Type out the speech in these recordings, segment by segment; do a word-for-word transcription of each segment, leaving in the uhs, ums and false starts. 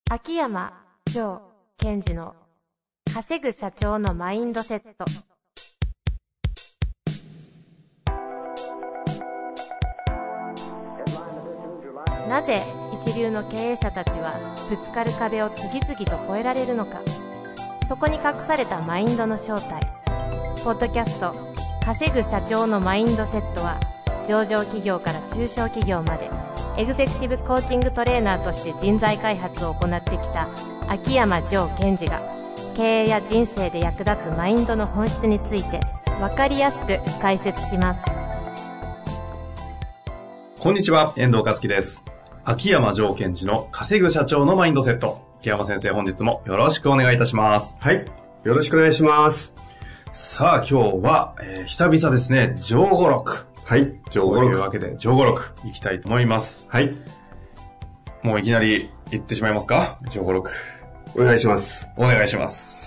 秋山城賢治の稼ぐ社長のマインドセット。なぜ一流の経営者たちはぶつかる壁を次々と越えられるのか。そこに隠されたマインドの正体。ポッドキャスト稼ぐ社長のマインドセットは、上場企業から中小企業までエグゼクティブコーチングトレーナーとして人材開発を行ってきた秋山城賢治が、経営や人生で役立つマインドの本質について分かりやすく解説します。 こんにちは、遠藤和樹です。秋山城賢治の稼ぐ社長のマインドセット。秋山先生、本日もよろしくお願いいたします。 はい、よろしくお願いします。 さあ、今日は、えー、久々ですね、上語録。 はい、上語録。 というわけで、上語録いきたいと思います。 はい。 もういきなり言ってしまいますか？上語録。 お願いします。 お願いします。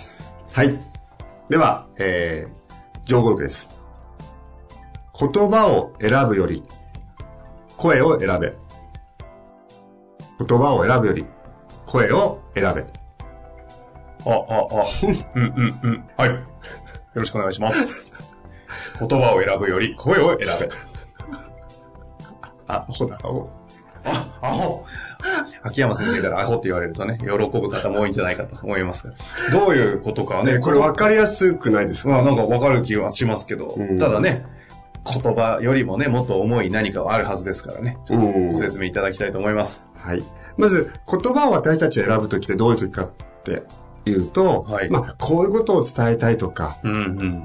はい。では、えー、上語録です。言葉を選ぶより、声を選べ。言葉を選ぶより、声を選べ。 あ、あ、あ、うんうんうん。はい。よろしくお願いします。言葉を選ぶより声を選べ。 あ、アホだ、アホ。 あ、アホ。秋山先生からアホって言われるとね、喜ぶ方も多いんじゃないかと思いますが。どういうことかはね。 ね、これ分かりやすくないですか？ まあなんか分かる気はしますけど、 うん、 ただね、言葉よりもね、もっと重い何かはあるはずですからね。ちょっとご説明いただきたいと思います。 はい。まず、言葉を私たち選ぶときってどういうときかっていうと、はい、まあ、こういうことを伝えたいとか、 うんうん、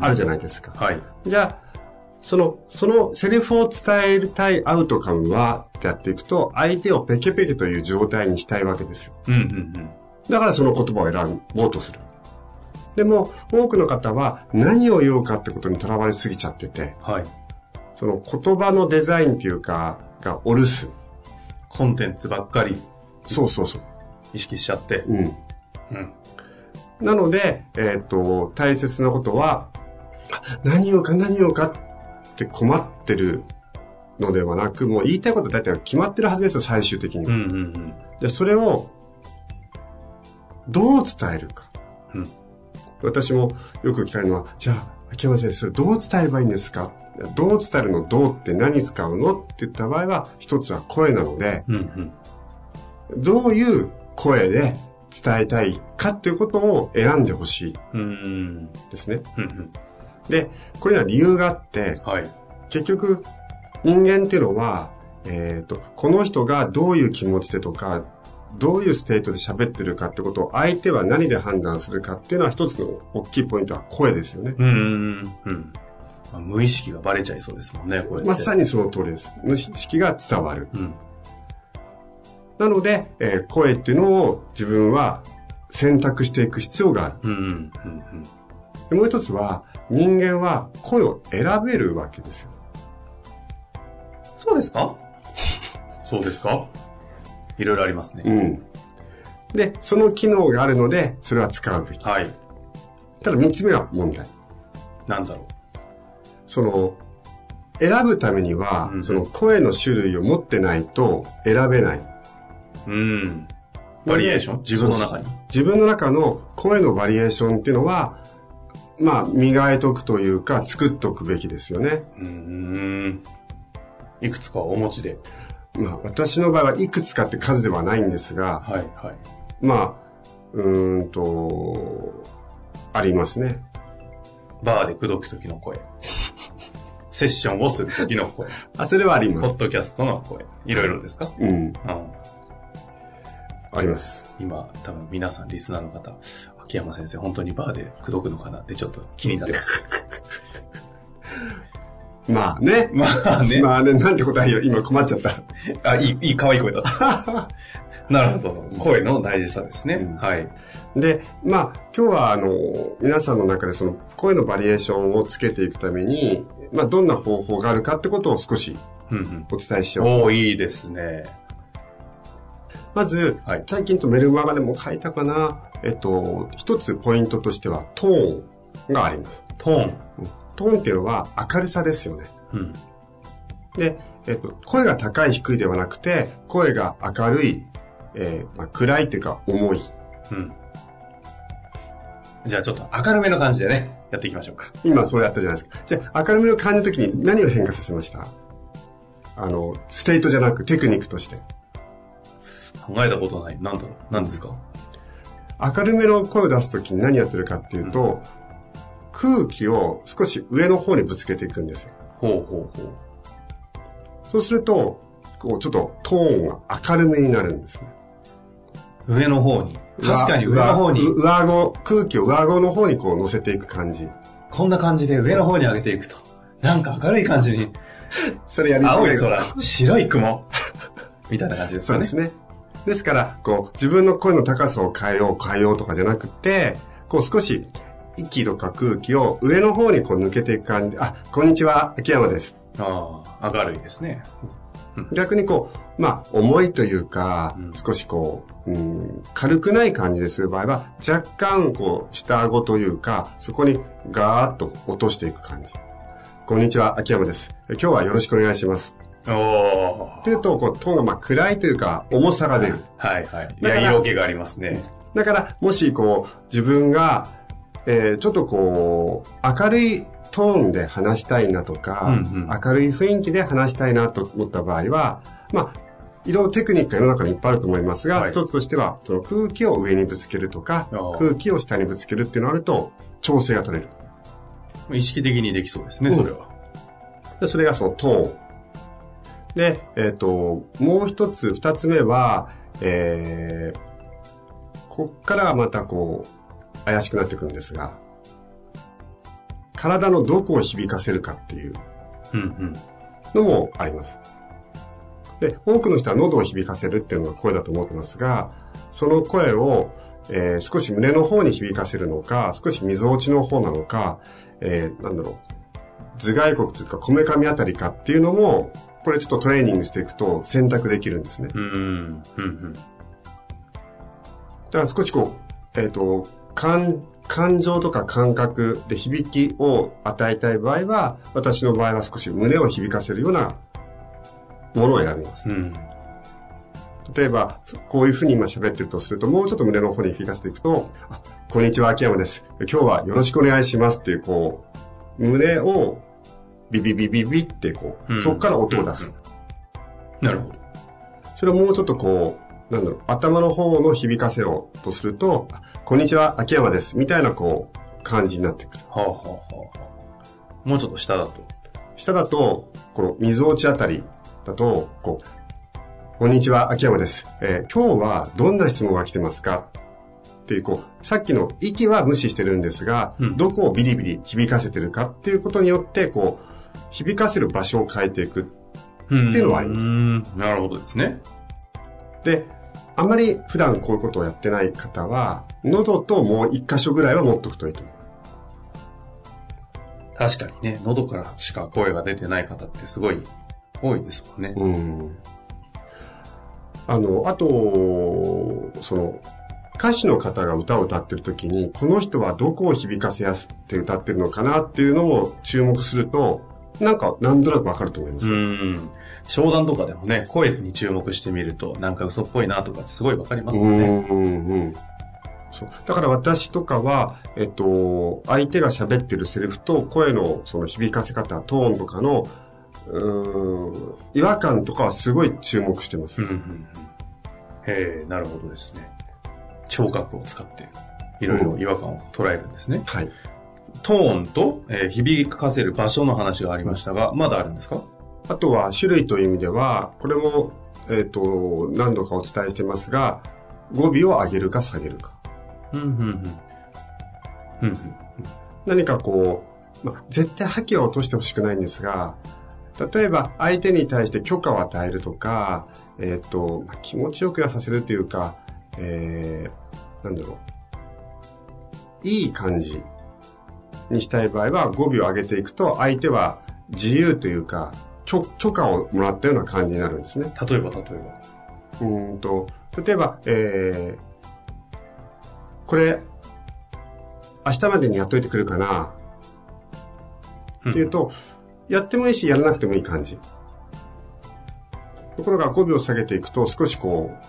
あるじゃないですか。 はい。 じゃあ、その、そのセリフを伝えたいアウトカムはってやっていくと、相手をペケペケという状態にしたいわけですよ。 うんうんうん。 だからその言葉を選ぼうとする。でも、多くの方は何を言おうかってことにとらわれすぎちゃってて、はい。その言葉のデザインっていうか、がお留守。 コンテンツばっかり。 そうそうそう。 意識しちゃって。 うん。うん。なので、えっと、大切なことは、何言おうか何言おうかって困ってるのではなく、もう言いたいこと大体決まってるはずですよ、最終的には。うんうんうん。で、それを、どう伝えるか。うん。私もよく聞かれるのは、じゃあ、秋山先生、それどう伝えればいいんですか？どう伝えるの？どうって何使うの？って言った場合は、一つは声なので、うんうん、どういう声で伝えたいかっていうことを選んでほしいですね、うんうん。で、これには理由があって、はい、結局人間っていうのは、えっと、この人がどういう気持ちでとか、どういうステートで喋ってるかってことを相手は何で判断するかっていうのは一つの大きいポイントは声ですよね。うんうんうん無意識がバレちゃいそうですもんね、これ。 まさにその通りです。無意識が伝わる。うん、なので、えー、声っていうのを自分は選択していく必要がある。うんうんうんうん、でもう一つは、人間は声を選べるわけですよ。 そうですか？そうですか？いろいろありますね。 うん。で、その機能があるので、それは使うべき。はい。ただ三つ目は問題。 なんだろう。 その、選ぶためには、うん、その声の種類を持ってないと選べない。 うん。バリエーション？自分の中に。 自分の中の声のバリエーションっていうのは、まあ、磨いとくというか、作っとくべきですよね。 うん。いくつかお持ちで。 まあ、私の場合はいくつかって数ではないんですが、はいはい。まあ、うーんと、ありますね。 バーで口説くときの声。セッションをするときの声。 あ、それはあります。 ポッドキャストの声。いろいろですか？うん。うん。 あります。 今、多分皆さんリスナーの方、秋山先生本当にバーで口説くのかなってちょっと気になります。 まあね。 まあね。 まあね、なんて答えよ。今困っちゃった。 あ、いい、いい、可愛い声だった。なるほど。声の大事さですね。うん、はい。 で、まあ、今日はあの、皆さんの中でその声のバリエーションをつけていくために、まあ、どんな方法があるかってことを少しお伝えしよう。 うんうん、おー、いいですね。 まず、はい、最近とメルマガでも書いたかな。えっと、一つポイントとしてはトーンがあります。 トーン。 トーンっていうのは明るさですよね。うん、で、えっと、声が高い低いではなくて、声が明るい、 えーまあ、暗いというか重い。 うん。じゃあちょっと明るめの感じでね、やっていきましょうか。 今そうやったじゃないですか。じゃあ明るめの感じの時に何を変化させました？あの、ステートじゃなくテクニックとして。 考えたことない。なんだろう。何ですか？ 明るめの声を出す時に何やってるかっていうと、うん、空気を少し上の方にぶつけていくんですよ。 ほうほうほう。 そうすると、こうちょっとトーンが明るめになるんですね。 上の方に。確かに上の方に。 上顎、空気を上顎の方にこう乗せていく感じ。 こんな感じで上の方に上げていくと。なんか明るい感じに。 それやりづらい。 青い空、白い雲。みたいな感じですかね。 そうですね。ですから、こう、自分の声の高さを変えよう、変えようとかじゃなくて、こう少し、息とか空気を上の方にこう抜けていく感じで、あ、こんにちは、秋山です。 ああ、明るいですね。 逆にこう、まあ、重いというか、うん、少しこう、うん、軽くない感じでする場合は、若干こう、下顎というか、そこにガーッと落としていく感じ。こんにちは、秋山です。今日はよろしくお願いします。 おー。 というと、こう、トーンがまあ暗いというか、重さが出る。 はいはい。いや、色気がありますね。 だから、もしこう、自分が、えー、ちょっとこう、明るいトーンで話したいなとか、うんうん、明るい雰囲気で話したいなと思った場合は、まあ、いろいろテクニックが世の中にいっぱいあると思いますが、はい、一つとしては、その空気を上にぶつけるとか、空気を下にぶつけるっていうのがあると、調整が取れる。 意識的にできそうですね、うん、それは。 でそれがそのトーン。で、えっと、もう一つ、二つ目は、えー、こっからはまたこう、怪しくなってくるんですが、体のどこを響かせるかっていうのもあります。で、多くの人は喉を響かせるっていうのが声だと思ってますが、その声を、えー、少し胸の方に響かせるのか、少し溝落ちの方なのか、えー、なんだろう、頭蓋骨というかこめかみあたりかっていうのも、これちょっとトレーニングしていくと選択できるんですね。うんうんうん、だから少しこう、えっと、感、感情とか感覚で響きを与えたい場合は、私の場合は少し胸を響かせるようなものを選びます。うん、例えば、こういうふうに今喋ってるとすると、もうちょっと胸の方に響かせていくと、あ、こんにちは、秋山です。今日はよろしくお願いしますっていう、こう、胸をビビビビビってこう、うん、そこから音を出す、 うん。なるほど。 それをもうちょっとこう、なんだろう、頭の方の響かせようとすると、こんにちは、秋山です。みたいなこう、感じになってくる。はあはあはあ、もうちょっと下だと。 下だと、この溝落ちあたりだと、こう、こんにちは、秋山です。えー、今日はどんな質問が来てますかっていう、こう、さっきの息は無視してるんですが、うん、どこをビリビリ響かせてるかっていうことによって、こう、響かせる場所を変えていくっていうのはあります。 うん、なるほどですね。 で、あんまり普段こういうことをやってない方は、喉ともう一箇所ぐらいは持っとくといいと思う。 確かにね、喉からしか声が出てない方ってすごい多いですもんね。うん。 あの、あと、その、歌手の方が歌を歌ってる時に、この人はどこを響かせやすって歌ってるのかなっていうのを注目すると、なんか、なんとなくわかると思います。うん。 商談とかでもね、声に注目してみると、なんか嘘っぽいなとかってすごいわかりますよね。うんうんうん。 そう。だから私とかは、えっと、相手が喋ってるセリフと声のその響かせ方、トーンとかの、うーん、違和感とかはすごい注目してます。うんうんうん、 へえ、なるほどですね。聴覚を使って、いろいろ違和感を捉えるんですね。うん、はい。トーンと、えー、響かせる場所の話がありましたが、まだあるんですか？ あとは種類という意味では、これも、えっと、何度かお伝えしてますが、語尾を上げるか下げるか。うんうんうんうんうん、何かこう、まあ、絶対覇気を落としてほしくないんですが、例えば相手に対して許可を与えるとか、えっと、気持ちよくやさせるというか、えー、なんだろう、いい感じにしたい場合は語尾を上げていくと、相手は自由というか、許, 許可をもらったような感じになるんですね。 例えば、例えば。うんと、例えば、えー、これ、明日までにやっといてくるかな、うん、っていうと、やってもいいし、やらなくてもいい感じ。ところが語尾を下げていくと、少しこう、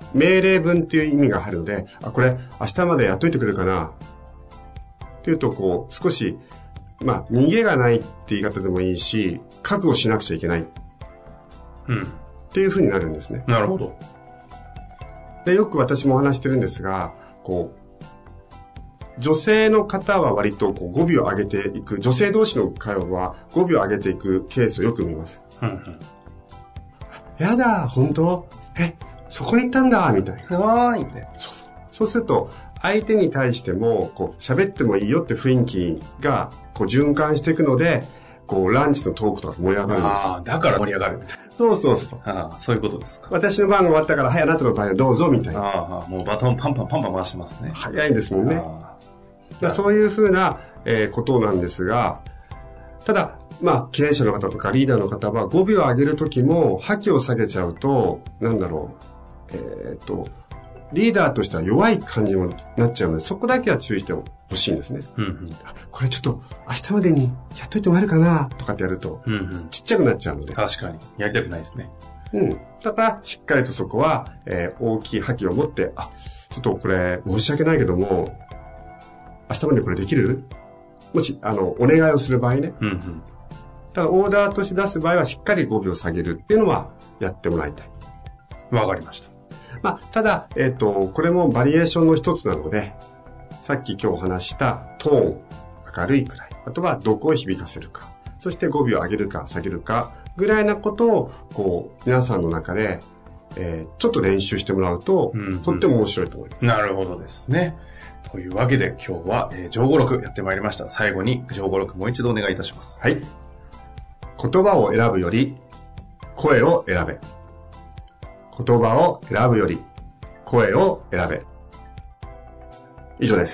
命令文っていう意味があるので、あ、これ明日までやっといてくれるかなっていうと、こう、少し、まあ、逃げがないって言い方でもいいし、覚悟しなくちゃいけない。うん。っていう風になるんですね。 なるほど。 で、よく私もお話してるんですが、こう、女性の方は割とこう語尾を上げていく、女性同士の会話は語尾を上げていくケースをよく見ます。うんうん、やだ、本当？え、そこに行ったんだみたいな。 すごいね。 そうそう。そうすると、相手に対しても、こう、喋ってもいいよって雰囲気が、こう、循環していくので、こう、ランチのトークとか盛り上がるんですよ。 ああ、だから盛り上がる。 そうそうそう。 ああ、そういうことですか。 私の番が終わったから、はい、あなたの番どうぞ、みたいな。 ああ、もうバトンパンパンパンパン回してますね。 早いんですもんね。だそういうふうな、えー、ことなんですが、ただ、まあ、経営者の方とかリーダーの方は語尾を上げるときも、覇気を下げちゃうと、なんだろう、えー、っと、リーダーとしては弱い感じになっちゃうので、そこだけは注意してほしいんですね。うんうん、これちょっと明日までにやっといてもらえるかなとかってやると、うんうん、ちっちゃくなっちゃうので。 確かに。やりたくないですね。 うん。だから、しっかりとそこは、えー、大きい覇気を持って、あ、ちょっとこれ申し訳ないけども、明日までこれできる？もし、あの、お願いをする場合ね。うんうん。だからオーダーとして出す場合はしっかり語尾を下げるっていうのはやってもらいたい。 わかりました。 まあ、ただ、えっと、これもバリエーションの一つなので、さっき今日お話したトーン、明るいくらい、あとはどこを響かせるか、そして語尾を上げるか下げるか、ぐらいなことを、こう、皆さんの中で、えー、ちょっと練習してもらうと、うんうん、とっても面白いと思います。 なるほどですね。というわけで今日は、えー、上語録やってまいりました。最後に上語録もう一度お願いいたします。 はい。言葉を選ぶより、声を選べ。言葉を選ぶより、声を選べ。以上です。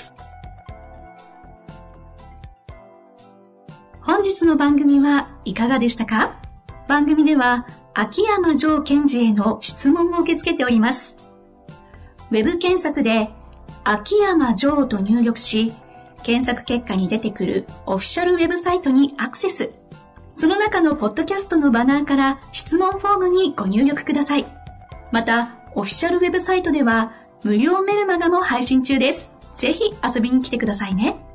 本日の番組はいかがでしたか？番組では、秋山城賢治への質問を受け付けております。ウェブ検索で、秋山城と入力し、検索結果に出てくるオフィシャルウェブサイトにアクセス。その中のポッドキャストのバナーから質問フォームにご入力ください。また、オフィシャルウェブサイトでは無料メルマガも配信中です。ぜひ遊びに来てくださいね。